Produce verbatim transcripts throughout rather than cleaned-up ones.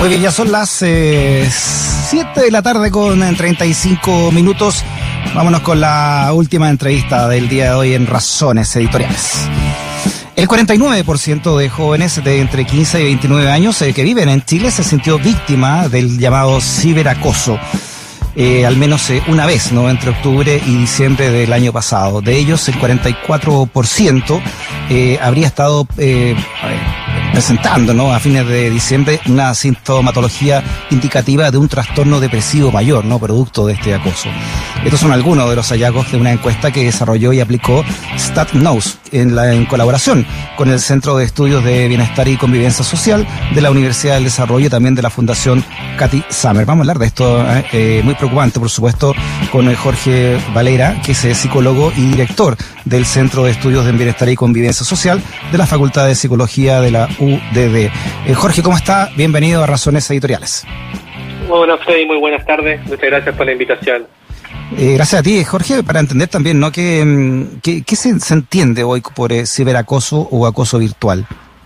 Muy bien, ya son las eh, siete de la tarde con treinta y cinco minutos. Vámonos con la última entrevista del día de hoy en Razones Editoriales. El cuarenta y nueve por ciento de jóvenes de entre quince y veintinueve años eh, que viven en Chile se sintió víctima del llamado ciberacoso. Eh, al menos eh, una vez, ¿no? Entre octubre y diciembre del año pasado. De ellos, el cuarenta y cuatro por ciento eh, habría estado eh, presentando, ¿no? A fines de diciembre una sintomatología indicativa de un trastorno depresivo mayor, ¿no? Producto de este acoso. Estos son algunos de los hallazgos de una encuesta que desarrolló y aplicó StatKnows en, la, en colaboración con el Centro de Estudios de Bienestar y Convivencia Social de la Universidad del Desarrollo y también de la Fundación Cathy Summer. Vamos a hablar de esto eh, muy preocupante, por supuesto, con Jorge Valera, que es psicólogo y director del Centro de Estudios de Bienestar y Convivencia Social de la Facultad de Psicología de la U D D. Eh, Jorge, ¿cómo está? Bienvenido a Razones Editoriales. Muy buenas, Freddy, muy buenas tardes. Muchas gracias por la invitación. Eh, gracias a ti, Jorge, para entender también, ¿no? ¿Qué, qué, qué se, se entiende hoy por eh, ciberacoso o acoso virtual?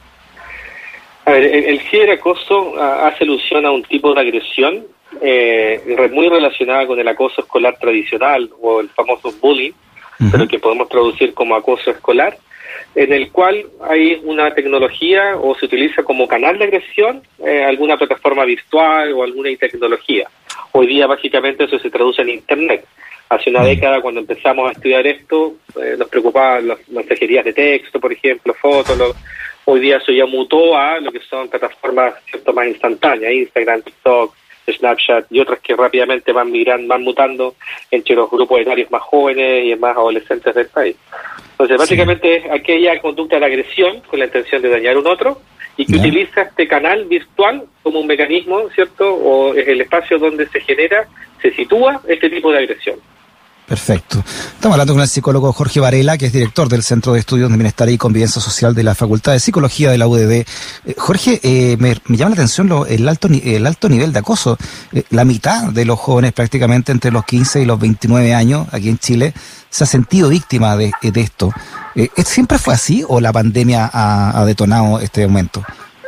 A ver, el, el ciberacoso uh, hace alusión a un tipo de agresión eh, muy relacionada con el acoso escolar tradicional o el famoso bullying, uh-huh. pero que podemos traducir como acoso escolar, en el cual hay una tecnología o se utiliza como canal de agresión eh, alguna plataforma virtual o alguna tecnología. Hoy día básicamente eso se traduce en Internet. Hace una década cuando empezamos a estudiar esto eh, nos preocupaban las mensajerías de texto, por ejemplo, fotos. Lo, hoy día eso ya mutó a lo que son plataformas cierto más instantáneas, Instagram, TikTok, Snapchat y otras que rápidamente van migrando, van mutando entre los grupos etarios más jóvenes y más adolescentes del país. Entonces, básicamente sí. es aquella conducta de agresión con la intención de dañar a un otro y que yeah. utiliza este canal virtual como un mecanismo, ¿cierto? O es el espacio donde se genera, se sitúa este tipo de agresión. Perfecto. Estamos hablando con el psicólogo Jorge Varela, que es director del Centro de Estudios de Bienestar y Convivencia Social de la Facultad de Psicología de la U D D. Eh, Jorge, eh, me, me llama la atención lo, el alto el alto nivel de acoso. Eh, la mitad de los jóvenes, prácticamente entre los quince y los veintinueve años, aquí en Chile, se ha sentido víctima de, de esto. Eh, ¿Siempre fue así o la pandemia ha, ha detonado este aumento?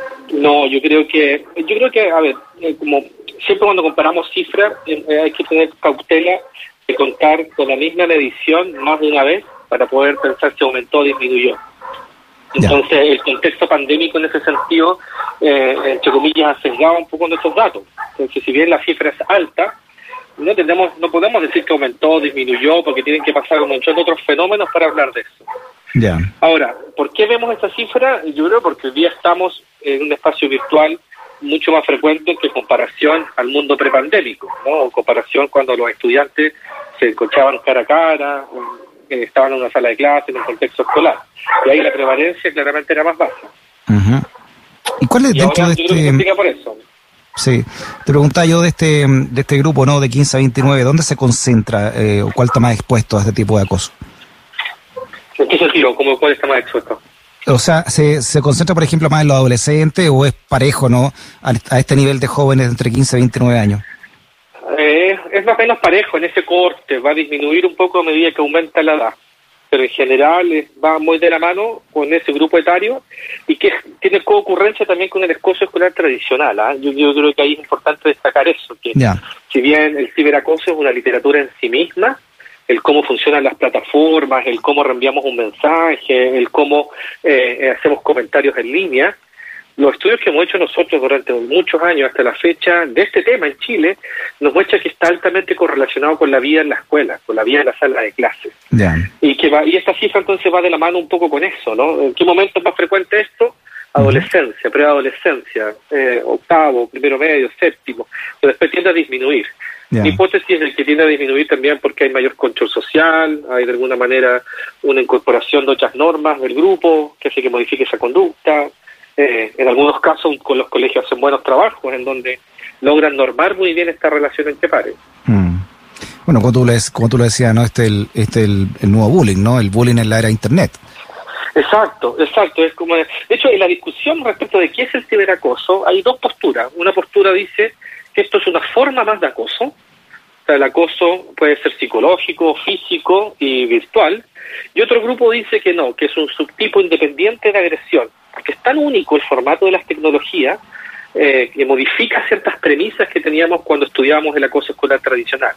No, yo creo que, yo creo que, a ver, eh, como siempre cuando comparamos cifras, eh, hay que tener cautela de contar con la misma medición más de una vez para poder pensar si aumentó o disminuyó. Entonces, yeah. el contexto pandémico en ese sentido, eh, entre comillas, ha sesgado un poco nuestros datos. Entonces, si bien la cifra es alta, no tenemos, no podemos decir que aumentó o disminuyó, porque tienen que pasar un montón de otros fenómenos para hablar de eso. Yeah. Ahora, ¿por qué vemos esta cifra? Yo creo porque hoy día estamos en un espacio virtual mucho más frecuente que en comparación al mundo prepandémico, ¿no? O comparación cuando los estudiantes se encontraban cara a cara, eh, estaban en una sala de clase, en un contexto escolar. Y ahí la prevalencia claramente era más baja. Uh-huh. ¿Y cuál es y dentro ahora, de yo creo que se este...? explica por eso. Sí, te preguntaba yo de este de este grupo, ¿no? De quince a veintinueve, ¿dónde se concentra eh, o cuál está más expuesto a este tipo de acoso? ¿En qué sentido? ¿Cómo, ¿Cuál está más expuesto? O sea, ¿se, se concentra, por ejemplo, más en los adolescentes o es parejo, ¿no? A, a este nivel de jóvenes de entre quince y veintinueve años. Eh, es más o menos parejo en ese corte, va a disminuir un poco a medida que aumenta la edad, pero en general es, va muy de la mano con ese grupo etario y que tiene concurrencia también con el acoso escolar tradicional. ¿eh? Yo, yo creo que ahí es importante destacar eso, que yeah. si bien el ciberacoso es una literatura en sí misma, el cómo funcionan las plataformas, el cómo reenviamos un mensaje, el cómo eh, hacemos comentarios en línea. Los estudios que hemos hecho nosotros durante muchos años hasta la fecha de este tema en Chile nos muestra que está altamente correlacionado con la vida en la escuela, con la vida en la sala de clases. Yeah. Y que va, y esta cifra entonces va de la mano un poco con eso, ¿no? ¿En qué momento es más frecuente esto? Adolescencia, uh-huh. preadolescencia, eh, octavo, primero medio, séptimo, pero después tiende a disminuir. Yeah. Mi hipótesis es que tiende a disminuir también porque hay mayor control social, hay de alguna manera una incorporación de otras normas del grupo que hace que modifique esa conducta. Eh, en algunos casos con los colegios hacen buenos trabajos en donde logran normar muy bien esta relación entre pares. Mm. Bueno, como tú, les, como tú lo decías, ¿no? Este el, este el, el nuevo bullying, ¿no? El bullying en la era Internet. Exacto, exacto. Es como, de hecho, en la discusión respecto de qué es el ciberacoso, hay dos posturas. Una postura dice que esto es una forma más de acoso. O sea, el acoso puede ser psicológico, físico y virtual. Y otro grupo dice que no, que es un subtipo independiente de agresión. Porque es tan único el formato de las tecnologías eh, que modifica ciertas premisas que teníamos cuando estudiábamos el acoso escolar tradicional.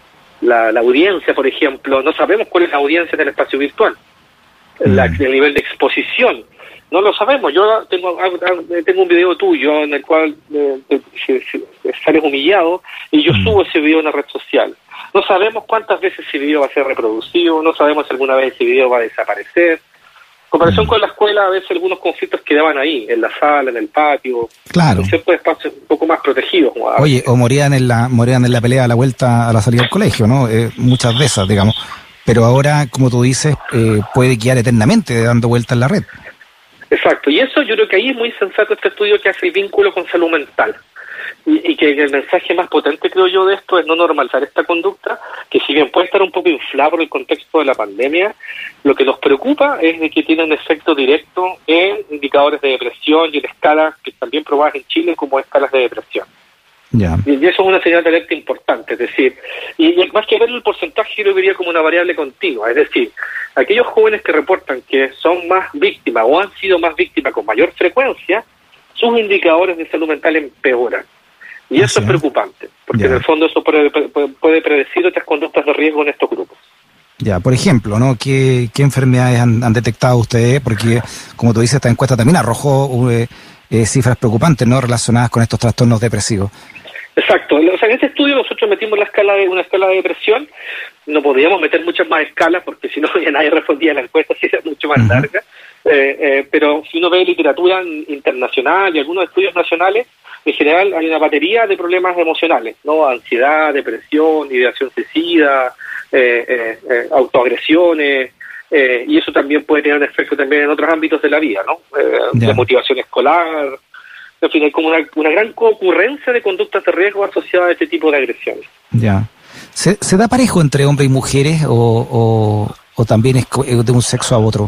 La, la audiencia, por ejemplo, no sabemos cuál es la audiencia en el espacio virtual, mm. la, el nivel de exposición, no lo sabemos. Yo tengo tengo un video tuyo en el cual eh, eh, sales humillado y yo mm. subo ese video en la red social. No sabemos cuántas veces ese video va a ser reproducido, no sabemos si alguna vez ese video va a desaparecer. En comparación mm. con la escuela, a veces algunos conflictos quedaban ahí, en la sala, en el patio, claro. en ciertos espacios un poco más protegidos. Oye, o morían en la morían en la pelea a la vuelta a la salida del colegio, ¿no? Eh, muchas de esas, digamos. Pero ahora, como tú dices, eh, puede quedar eternamente dando vueltas en la red. Exacto, y eso yo creo que ahí es muy sensato este estudio que hace el vínculo con salud mental. Y, y que el mensaje más potente, creo yo, de esto es no normalizar esta conducta, que si bien puede estar un poco inflada por el contexto de la pandemia, lo que nos preocupa es de que tiene un efecto directo en indicadores de depresión y en escalas que están bien probadas en Chile como escalas de depresión. Yeah. Y, y eso es una señal de alerta importante, es decir, y, y más que ver el porcentaje, yo lo vería como una variable continua, es decir, aquellos jóvenes que reportan que son más víctimas o han sido más víctimas con mayor frecuencia, sus indicadores de salud mental empeoran. Y eso es preocupante, porque yeah. en el fondo eso puede, puede predecir otras conductas de riesgo en estos grupos. Ya, por ejemplo, ¿no? ¿Qué, qué enfermedades han, han detectado ustedes? Porque, como tú dices, esta encuesta también arrojó eh, eh, cifras preocupantes, ¿no? Relacionadas con estos trastornos depresivos. Exacto. O sea, en este estudio nosotros metimos la escala de una escala de depresión. No podíamos meter muchas más escalas porque si no ya nadie respondía a la encuesta, si era mucho más uh-huh. larga. Eh, eh, pero si uno ve literatura internacional y algunos estudios nacionales, en general hay una batería de problemas emocionales, ¿no? Ansiedad, depresión, ideación suicida, eh, eh, eh, autoagresiones, eh, y eso también puede tener un efecto también en otros ámbitos de la vida, ¿no? Eh, yeah. De motivación escolar, en fin, hay como una, una gran concurrencia de conductas de riesgo asociadas a este tipo de agresiones. Ya. Yeah. ¿Se, ¿Se da parejo entre hombres y mujeres o, o, o también es de un sexo a otro?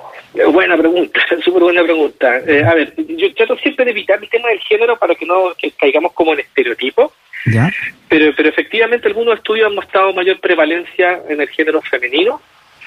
Buena pregunta, súper buena pregunta. Eh, a ver, yo trato siempre de evitar el tema del género para que no que caigamos como en estereotipos, ¿ya? Pero, pero efectivamente algunos estudios han mostrado mayor prevalencia en el género femenino.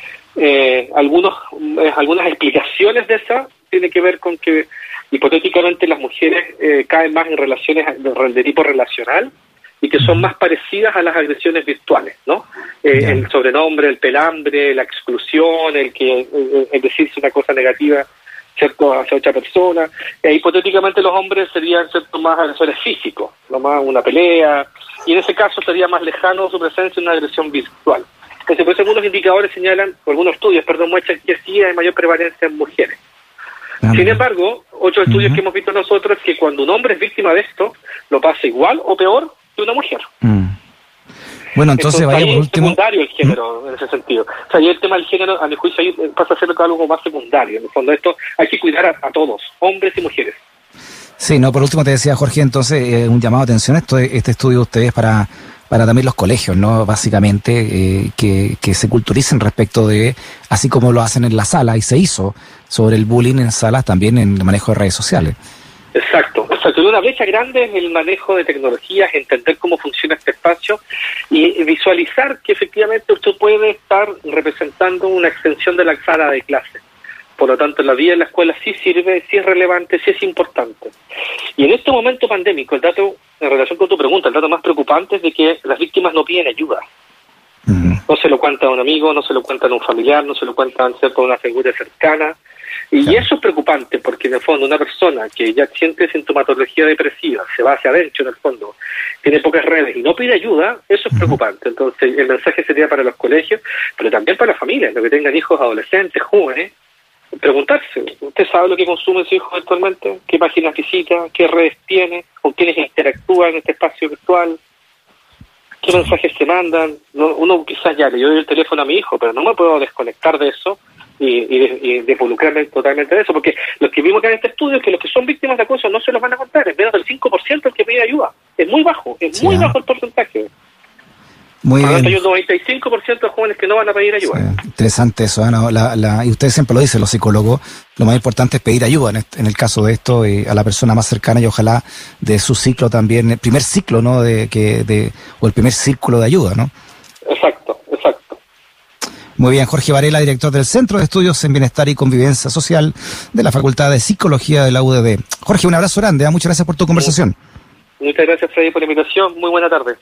Eh, algunos, eh, algunas explicaciones de esa tienen que ver con que hipotéticamente las mujeres eh, caen más en relaciones de, de tipo relacional y que son más parecidas a las agresiones virtuales, ¿no? Eh, yeah. El sobrenombre, el pelambre, la exclusión, el que el, el decirse una cosa negativa, ¿cierto?, hacia otra persona. E hipotéticamente los hombres serían, ¿cierto?, más agresores físicos, no más una pelea, y en ese caso sería más lejano su presencia en una agresión virtual. Entonces, pues algunos indicadores señalan, o algunos estudios, perdón, muestran que sí hay mayor prevalencia en mujeres. Ah, Sin embargo, otros estudios uh-huh. que hemos visto nosotros es que cuando un hombre es víctima de esto, lo pasa igual o peor que una mujer. Mm. Bueno, entonces, entonces vaya por último. Es secundario el género ¿Mm? en ese sentido. O sea, y el tema del género, a mi juicio, ahí pasa a ser algo más secundario. En el fondo, esto hay que cuidar a, a todos, hombres y mujeres. Sí, no, por último te decía, Jorge, entonces, eh, un llamado de atención, esto, este estudio de ustedes para, para también los colegios, ¿no? Básicamente, eh, que, que se culturicen respecto de, así como lo hacen en la sala, y se hizo sobre el bullying en salas, también en el manejo de redes sociales. Exacto, exacto. Y una brecha grande es el manejo de tecnologías, entender cómo funciona este espacio y visualizar que efectivamente usted puede estar representando una extensión de la sala de clase. Por lo tanto, la vida en la escuela sí sirve, sí es relevante, sí es importante. Y en este momento pandémico, el dato, en relación con tu pregunta, el dato más preocupante es de que las víctimas no piden ayuda. Uh-huh. No se lo cuentan a un amigo, no se lo cuentan a un familiar, no se lo cuentan a una figura cercana. Y claro. eso es preocupante porque en el fondo una persona que ya siente sintomatología depresiva, se va hacia adentro en el fondo, tiene pocas redes y no pide ayuda, eso es preocupante. Entonces el mensaje sería para los colegios, pero también para las familias, los que tengan hijos adolescentes, jóvenes, preguntarse, ¿usted sabe lo que consume su hijo actualmente? ¿Qué páginas visita? ¿Qué redes tiene? ¿Con quiénes interactúa en este espacio virtual? ¿Qué mensajes se mandan? No, uno quizás ya le doy el teléfono a mi hijo, pero no me puedo desconectar de eso y, y, y involucrarme totalmente de eso, porque lo que vimos acá en este estudio es que los que son víctimas de acoso no se los van a contar, es menos del cinco por ciento el que pide ayuda, es muy bajo, es sí, muy bajo el porcentaje. Muy Por lo tanto, bien. hay un noventa y cinco por ciento de jóvenes que no van a pedir ayuda. Sí, interesante eso, ¿no? la, la, y usted siempre lo dice, los psicólogos, lo más importante es pedir ayuda en, este, en el caso de esto, y a la persona más cercana y ojalá de su ciclo también, el primer ciclo, ¿no? De que de o el primer círculo de ayuda, ¿no? Exacto, exacto. Muy bien, Jorge Varela, director del Centro de Estudios en Bienestar y Convivencia Social de la Facultad de Psicología de la U D D. Jorge, un abrazo grande, ¿eh? Muchas gracias por tu conversación. Muchas gracias, Freddy, por la invitación. Muy buena tarde.